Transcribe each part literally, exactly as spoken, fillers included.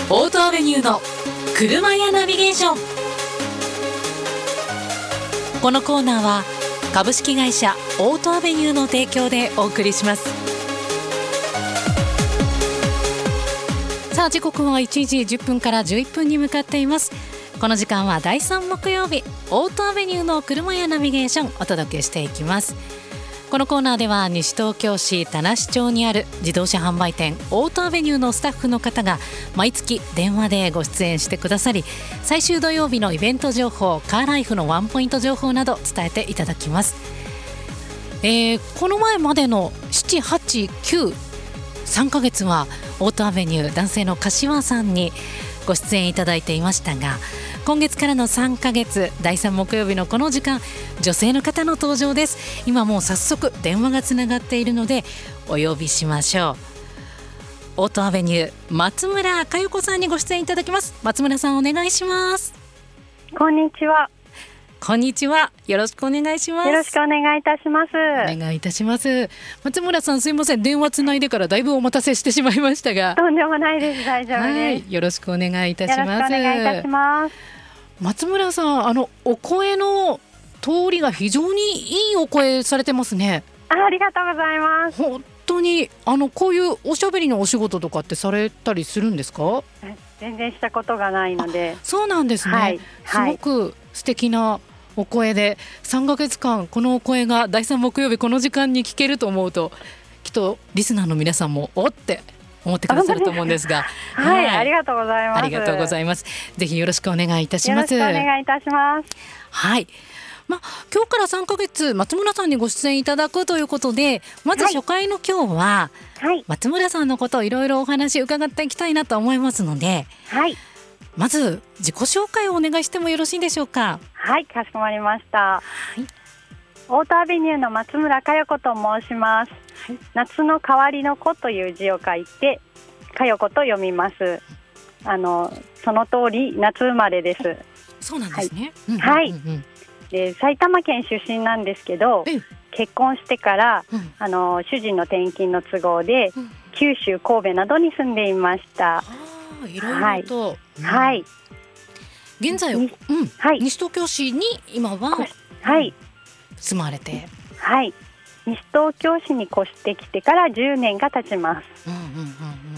オートアベニューの車屋ナビゲーション。このコーナーは株式会社オートアベニューの提供でお送りします。さあ時刻はいちじじゅっぷんからじゅういっぷんに向かっています。この時間はだいさん木曜日、オートアベニューの車屋ナビゲーションお届けしていきます。このコーナーでは西東京市田無町にある自動車販売店オートアベニューのスタッフの方が毎月電話でご出演してくださり、最終土曜日のイベント情報、カーライフのワンポイント情報など伝えていただきます。えー、この前までのなな、はち、きゅう、さんかげつはオートアベニュー男性の柏さんにご出演いただいていましたが、今月からのさんかげつだいさん木曜日のこの時間、女性の方の登場です。今もう早速電話がつながっているのでお呼びしましょう。オートアベニュー松村佳代子さんにご出演いただきます。松村さんお願いします。 こんにちは。 こんにちは、よろしくお願いします。 よろしくお願いいたします。 お願いいたします。松村さんすいません、電話つないでからだいぶお待たせしてしまいましたが。 とんでもないです、大丈夫です、 はい、よろしくお願いいたします。 よろしくお願いいたします。 松村さん、あのお声の通りが非常にいいお声されてますね。 あ, ありがとうございます。 本当にあのこういうおしゃべりのお仕事とかってされたりするんですか？ 全然したことがないので。 そうなんですね、はい、すごく素敵なお声で、さんかげつかんこのお声がだいさん木曜日この時間に聞けると思うと、きっとリスナーの皆さんもおって思ってくださると思うんですがはい、はい、ありがとうございます。 ありがとうございます。ぜひよろしくお願いいたします。 よろしくお願いいたします。 はい、まあ、今日からさんかげつ松村さんにご出演いただくということで、まず初回の今日は、はい、松村さんのことをいろいろお話伺っていきたいなと思いますので、はい、まず自己紹介をお願いしてもよろしいでしょうか？ はい、かしこまりました。はい、オートアベニューの松村佳代子と申します。はい、夏の代わりの子という字を書いて佳代子と読みます。あのその通り夏生まれです。 そうなんですね。 はい、で埼玉県出身なんですけど、結婚してから、うん、あの主人の転勤の都合で、うん、九州神戸などに住んでいました。 いろいろと、はいうんはい、 現在、うんはい、西東京市に今は、はい、住まれて、 はい、西東京市に越してきてからじゅうねんが経ちます。うんうんうんうん、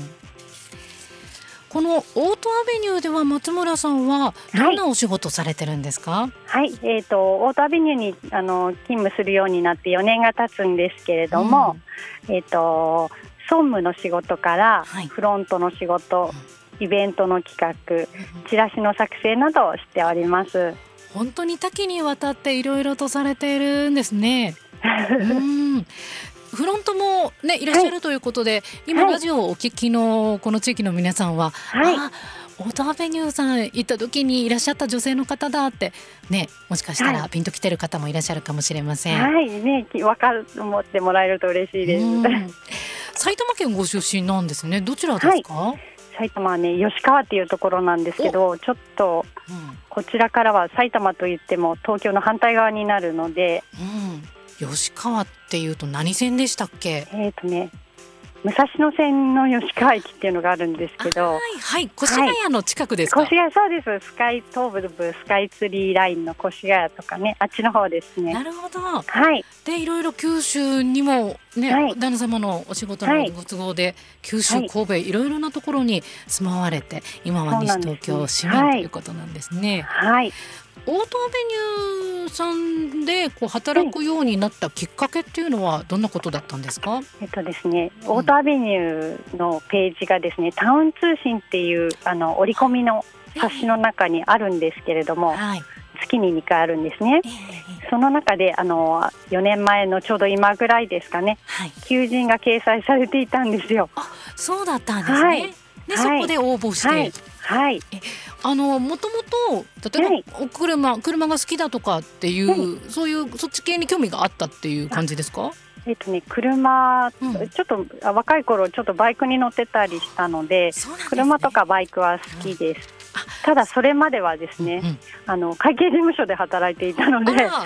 このオートアベニューでは松村さんはどんなお仕事されてるんですか？ はい、はい、えーと、オートアベニューにあの勤務するようになってよねんが経つんですけれども、うん、えーと、総務の仕事から、はい、フロントの仕事、イベントの企画、チラシの作成などをしております。 本当に多岐にわたっていろいろとされているんですね。うんフロントも、ね、いらっしゃるということで、はい、今ラジオをお聞きのこの地域の皆さんは、はい、あオートアベニューさん行った時にいらっしゃった女性の方だって、ね、もしかしたらピンときてる方もいらっしゃるかもしれません。 はいね、分かると思ってもらえると嬉しいです。 埼玉県ご出身なんですね。どちらですか？はい、 埼玉はね、吉川っていうところなんですけど、ちょっと、うん、こちらからは埼玉といっても東京の反対側になるので、 うん、吉川っていうと何線でしたっけ？ えーとね武蔵野線の吉川駅っていうのがあるんですけど、 はい、はい、越谷の近くですか？ はい、越谷、そうです。スカイ東部スカイツリーラインの越谷とかね、あっちの方ですね。 なるほど、 はい、 でいろいろ九州にも、ね、はい、旦那様のお仕事のご都合で、はい、九州、神戸、いろいろなところに住まわれて、今は西東京市民、ね、ということなんですね。 はい、 オートアベニューさんでこう働くようになったきっかけっていうのはどんなことだったんですか？ えっとですね、オートアベニューのページがですね、うん、タウン通信っていうあの折り込みの冊子の中にあるんですけれども、はい、月ににかいあるんですね。その中であのよねんまえのちょうど今ぐらいですかね、はい、求人が掲載されていたんですよ。 あ、そうだったんですね。はい、で、はい、そこで応募して、はいはい、 えあのもともと例えば、はい、車, 車が好きだとかっていう、はい、そういうそっち系に興味があったっていう感じですか？ えっとね、車、うん、ちょっと若い頃ちょっとバイクに乗ってたりしたの で, で、ね、車とかバイクは好きです。うん、ただそれまではですね、うんうん、あの会計事務所で働いていたので、は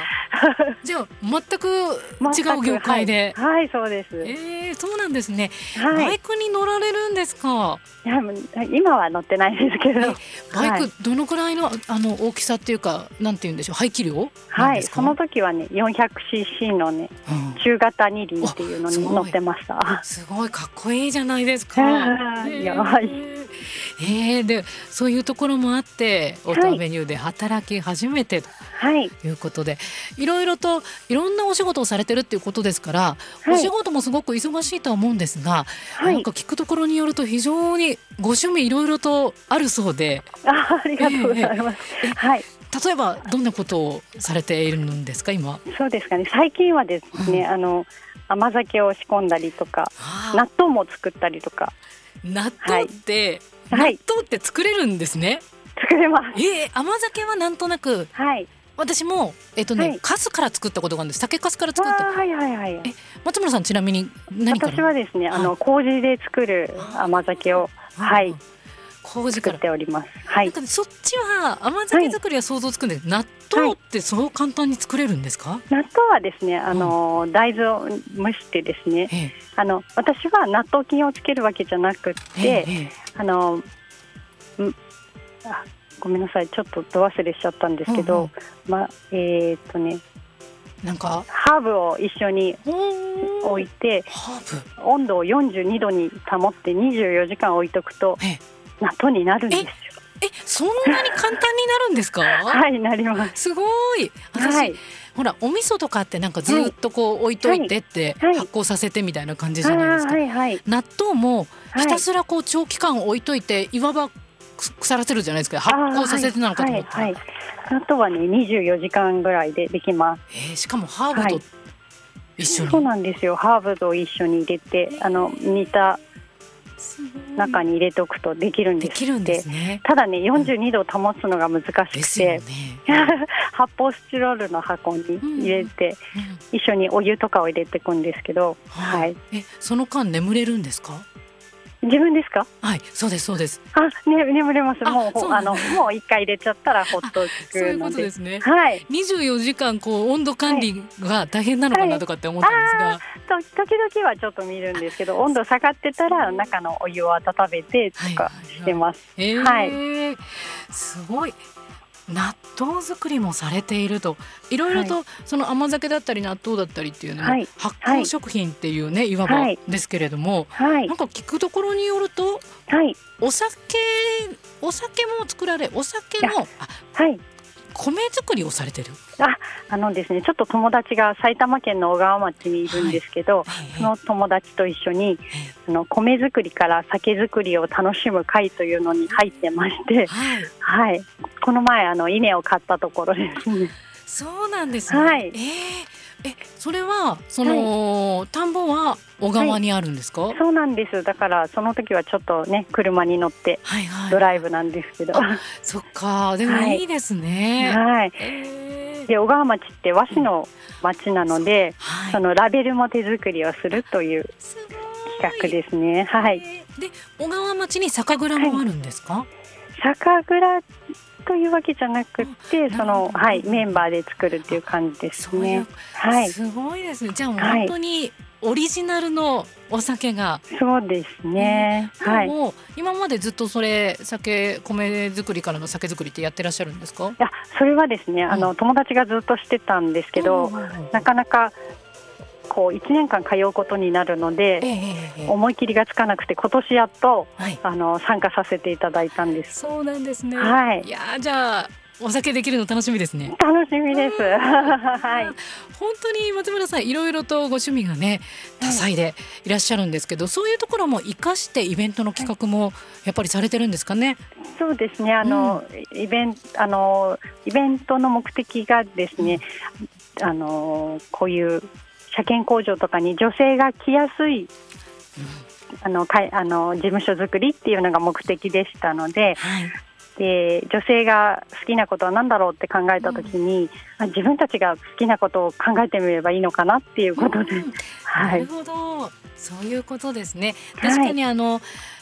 じゃあ全く違う業界で。 はい、はい、そうです。 えー、そうなんですね、 はい、 バイクに乗られるんですか？ いや今は乗ってないですけど。 バイクどのくらいの、あの大きさっていうかなんていうんでしょう、排気量はい、その時はね よんひゃくシーシー のね、うん、中型二輪っていうのに乗ってました。 すごいかっこいいじゃないですか。 いや、はい、 えー、でそういうところもあってオートアベニューで働き始めてということで、はい、いろいろといろんなお仕事をされてるっていうことですから、はい、お仕事もすごく忙しいとは思うんですが、はい、なんか聞くところによると非常にご趣味いろいろとあるそうで。 あ、ありがとうございます、えーえーはい、 例えばどんなことをされているんですか今？ そうですかね、最近はですね、うん、あの甘酒を仕込んだりとか、納豆も作ったりとか。 納豆って、はい、納豆って作れるんですね。 作れます。 えー、甘酒はなんとなく、はい、私も、えーとねはい、粕から作ったことがあるんです。酒粕から作った。 はいはいはい、 え松村さんちなみに何から？ 私はですね、あの麹で作る甘酒を、はい、麹作っております。はい、 なんかそっちは甘酒作りは想像つくんで、はい、納豆ってそう簡単に作れるんですか？ 納豆はですね、あの、うん、大豆を蒸してですね、ええ、あの私は納豆菌をつけるわけじゃなくって、ええ、あのあごめんなさい、ちょっとど忘れしちゃったんですけど、うんうん、まえー、っとねなんかハーブを一緒に置いて、温度をよんじゅうにどに保ってにじゅうよじかん置いとくと納豆になるんですよ。 え、そんなに簡単になるんですか？ はい、なります。 すごい。私、はい、ほらお味噌とかってなんかずっとこう置いといてって発酵させてみたいな感じじゃないですか。 はいはいはい、 納豆もひたすらこう長期間置いといていわば腐らせるじゃないですか。発酵させてなのかと思った。 はいはいはい、納豆はねにじゅうよじかんぐらいでできます。 えー、しかもハーブと一緒に、はい、 そうなんですよ。ハーブと一緒に入れて、あの煮た中に入れておくとできるんです。 できるんですね。 ただねよんじゅうにどを保つのが難しくて、 ですよね、 発泡スチロールの箱に入れて、うんうん、一緒にお湯とかを入れていくんですけど、はい、 えその間眠れるんですか？ 自分ですか？ はい、そうですそうです。 あ、ね、眠れます。もうあのもう一回入れちゃったらほっとくので。 そういうことですね。 はい。 にじゅうよじかんこう温度管理が大変なのかなとかって思ったんですが、はいはい、時々はちょっと見るんですけど、温度下がってたら中のお湯を温めてとかしてます。はいはいはい、えー、 はい、すごい。納豆作りもされていると、いろいろとその甘酒だったり納豆だったりっていうのも発酵食品っていうね、いわばですけれども、なんか聞くところによると、お酒お酒も作られ、お酒の米作りをされてる。 あ、あのですね、ちょっと友達が埼玉県の小川町にいるんですけど、はい、その友達と一緒にあの米作りから酒造りを楽しむ会というのに入ってまして、はいはい、この前あの稲を買ったところですね。 そうなんですね。 はい、 えーえそれはその、はい、田んぼは小川にあるんですか？ はい、そうなんです。だからその時はちょっとね車に乗ってドライブなんですけど、はいはい、 そっか、でもいいですね。 はい、はい、えー、で小川町って和紙の町なので、うん、はい、そのラベルも手作りをするという企画ですね。はい、 で小川町に酒蔵もあるんですか？はい、 酒蔵というわけじゃなくて、その、はい、メンバーで作るっていう感じですね。はい、 すごいですね。じゃあ本当にオリジナルのお酒が、 はい、そうですね。 うん、はい、もう今までずっとそれ酒米作りからの酒作りってやってらっしゃるんですか？ いや、それはですね、あの、うん、友達がずっとしてたんですけど、うん、なかなかこういちねんかん通うことになるので、えー、思い切りがつかなくて今年やっと、はい、あの参加させていただいたんです。 そうなんですね。 はい、 いやじゃあお酒できるの楽しみですね。 楽しみです。はい、 本当に松村さんいろいろとご趣味がね多彩でいらっしゃるんですけど、はい、そういうところも生かしてイベントの企画もやっぱりされてるんですかね？ そうですね。あの、うん、イベントあのイベントの目的がですね、うん、あのこういう車検工場とかに女性が来やすい、うん、あのかいあの事務所作りっていうのが目的でしたので、はい、で女性が好きなことは何だろうって考えたときに、うん、自分たちが好きなことを考えてみればいいのかなっていうことで、うん、はい、 なるほど、そういうことですね。確かにあの、はい、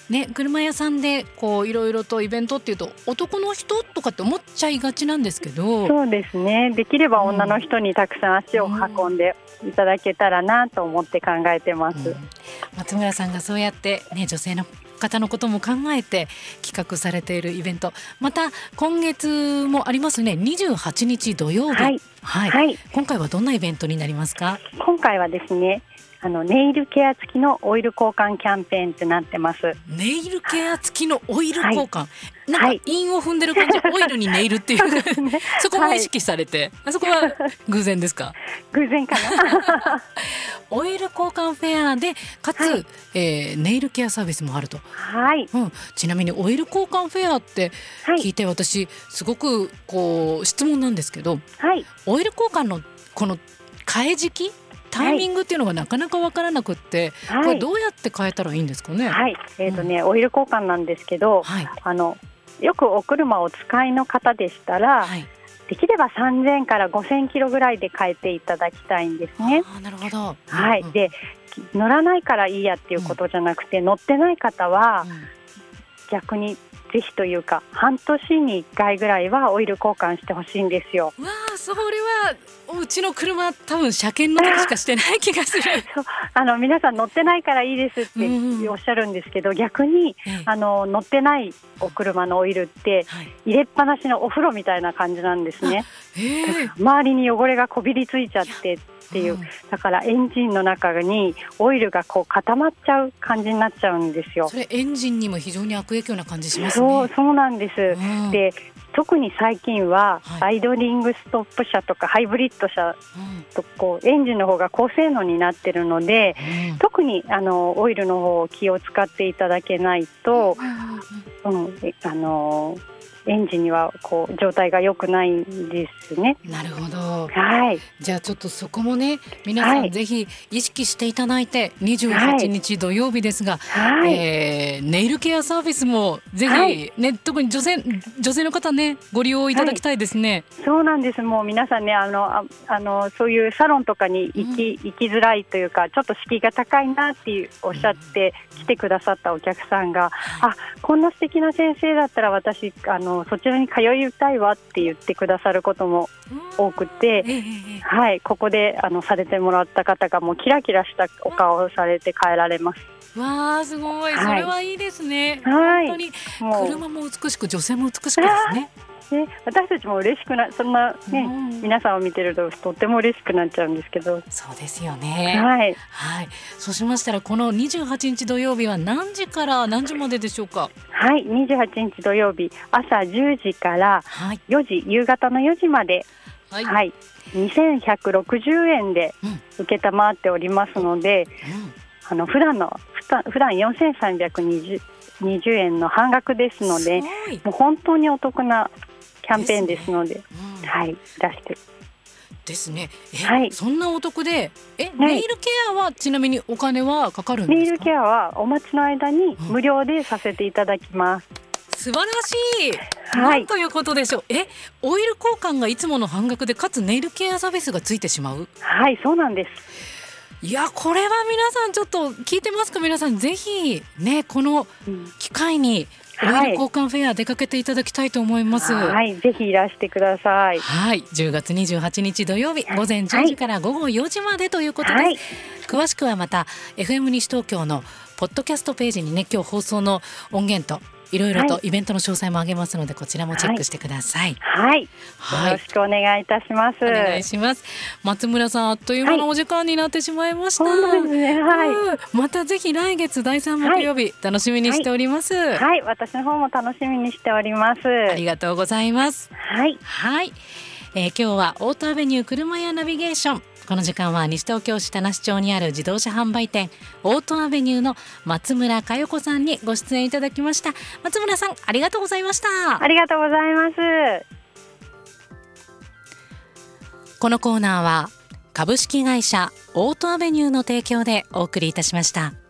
ね、車屋さんでこういろいろとイベントっていうと男の人とかって思っちゃいがちなんですけど、 そうですね、できれば女の人にたくさん足を運んでいただけたらなと思って考えてます、うん、 松村さんがそうやって、ね、女性の方のことも考えて企画されているイベント、また今月もありますね。にじゅうはちにち土曜日、はいはいはい、今回はどんなイベントになりますか？ 今回はですね、あのネイルケア付きのオイル交換キャンペーンとなってます。 ネイルケア付きのオイル交換、はい、なんか韻を踏んでる感じ、はい、オイルにネイルっていう、ね、そこも意識されて、はい、そこは偶然ですか？ 偶然かなオイル交換フェアでかつ、はい、えー、ネイルケアサービスもあると、 はい、 うん、ちなみにオイル交換フェアって聞いて、はい、私すごくこう質問なんですけど、はい、オイル交換のこの替え時期タイミングっていうのがなかなか分からなくって、はい、これどうやって変えたらいいんですかね？ はい、えーとねうん、オイル交換なんですけど、はい、あのよくお車をお使いの方でしたら、はい、できればさんぜんからごせんキロぐらいで変えていただきたいんですね。 あ、なるほど、 はい、うんうん、で乗らないからいいやっていうことじゃなくて、うん、乗ってない方は、うん、逆にぜひというか半年にいっかいぐらいはオイル交換してほしいんですよ。 わあ、それはうちの車多分車検の時しかしてない気がするそうあの皆さん乗ってないからいいですっておっしゃるんですけど、うん、逆に、ええ、あの乗ってないお車のオイルって、はい、入れっぱなしのお風呂みたいな感じなんですね、えー、周りに汚れがこびりついちゃってっていう、うん、だからエンジンの中にオイルがこう固まっちゃう感じになっちゃうんですよ。 それエンジンにも非常に悪影響な感じしますね。 そう、そうなんです、うん、で特に最近はアイドリングストップ車とかハイブリッド車とこうエンジンの方が高性能になっているので、うん、特にあのオイルの方を気を使っていただけないと、うんうん、あのエンジンにはこう状態が良くないんですね。 なるほど、 はい、 じゃあちょっとそこもね皆さんぜひ意識していただいて、はい、にじゅうはちにち土曜日ですが、はい、えー、ネイルケアサービスもぜひ、はいね、特に女性、女性の方ねご利用いただきたいですね、 はい、そうなんです。もう皆さんねあのああのそういうサロンとかに行き、うん、行きづらいというかちょっと敷居が高いなっていうおっしゃって来てくださったお客さんが、うん、あこんな素敵な先生だったら私あのそちらに通いたいわって言ってくださることも多くて、はい、ここであのされてもらった方がもうキラキラしたお顔をされて帰られます。 わーすごい、はい、それはいいですね、 はい、 本当に車も美しく女性も美しくですね。 ね、私たちも嬉しくなそんな、ね、うん、皆さんを見てるととっても嬉しくなっちゃうんですけど。 そうですよね、 はいはい、そうしましたらこのにじゅうはちにち土曜日は何時から何時まででしょうか？ はい、にじゅうはちにち土曜日朝じゅうじからよじ、はい、夕方のよじまで、はいはい、にせんひゃくろくじゅうえんで受けたまっておりますので、うん、あの普段の普段よんせんさんびゃくにじゅうえんの半額ですので、もう本当にお得なキャンペーンですので、ですね、うん、はい、出してですね。え、はい、そんなお得で、え、はい、ネイルケアはちなみにお金はかかるんですか？ ネイルケアはお待ちの間に無料でさせていただきます、 うん、素晴らしい、はい、なんということでしょう。え、オイル交換がいつもの半額でかつネイルケアサービスがついてしまう？ はい、そうなんです。 いや、これは皆さんちょっと聞いてますか？皆さんぜひねこの機会にオイル交換フェア出かけていただきたいと思います。 はい、はい、ぜひいらしてください。 はい、じゅうがつにじゅうはちにち土曜日午前じゅうじから午後よじまでということです、はい、詳しくはまた エフエム 西東京のポッドキャストページにね今日放送の音源といろいろとイベントの詳細も上げますので、こちらもチェックしてください。 はい、はい、よろしくお願いいたします。 お願いします。松村さん、あっという間のお時間になってしまいました、はい、 そうですね、はい、 うん、またぜひ来月だいさん木曜日、はい、楽しみにしております。 はい、はい、私の方も楽しみにしております。ありがとうございます。 はい、 はい、えー、今日はオートアベニュー車屋ナビゲーション、この時間は西東京市田無町にある自動車販売店オートアベニューの松村佳代子さんにご出演いただきました。松村さん、ありがとうございました。 ありがとうございます。 このコーナーは株式会社オートアベニューの提供でお送りいたしました。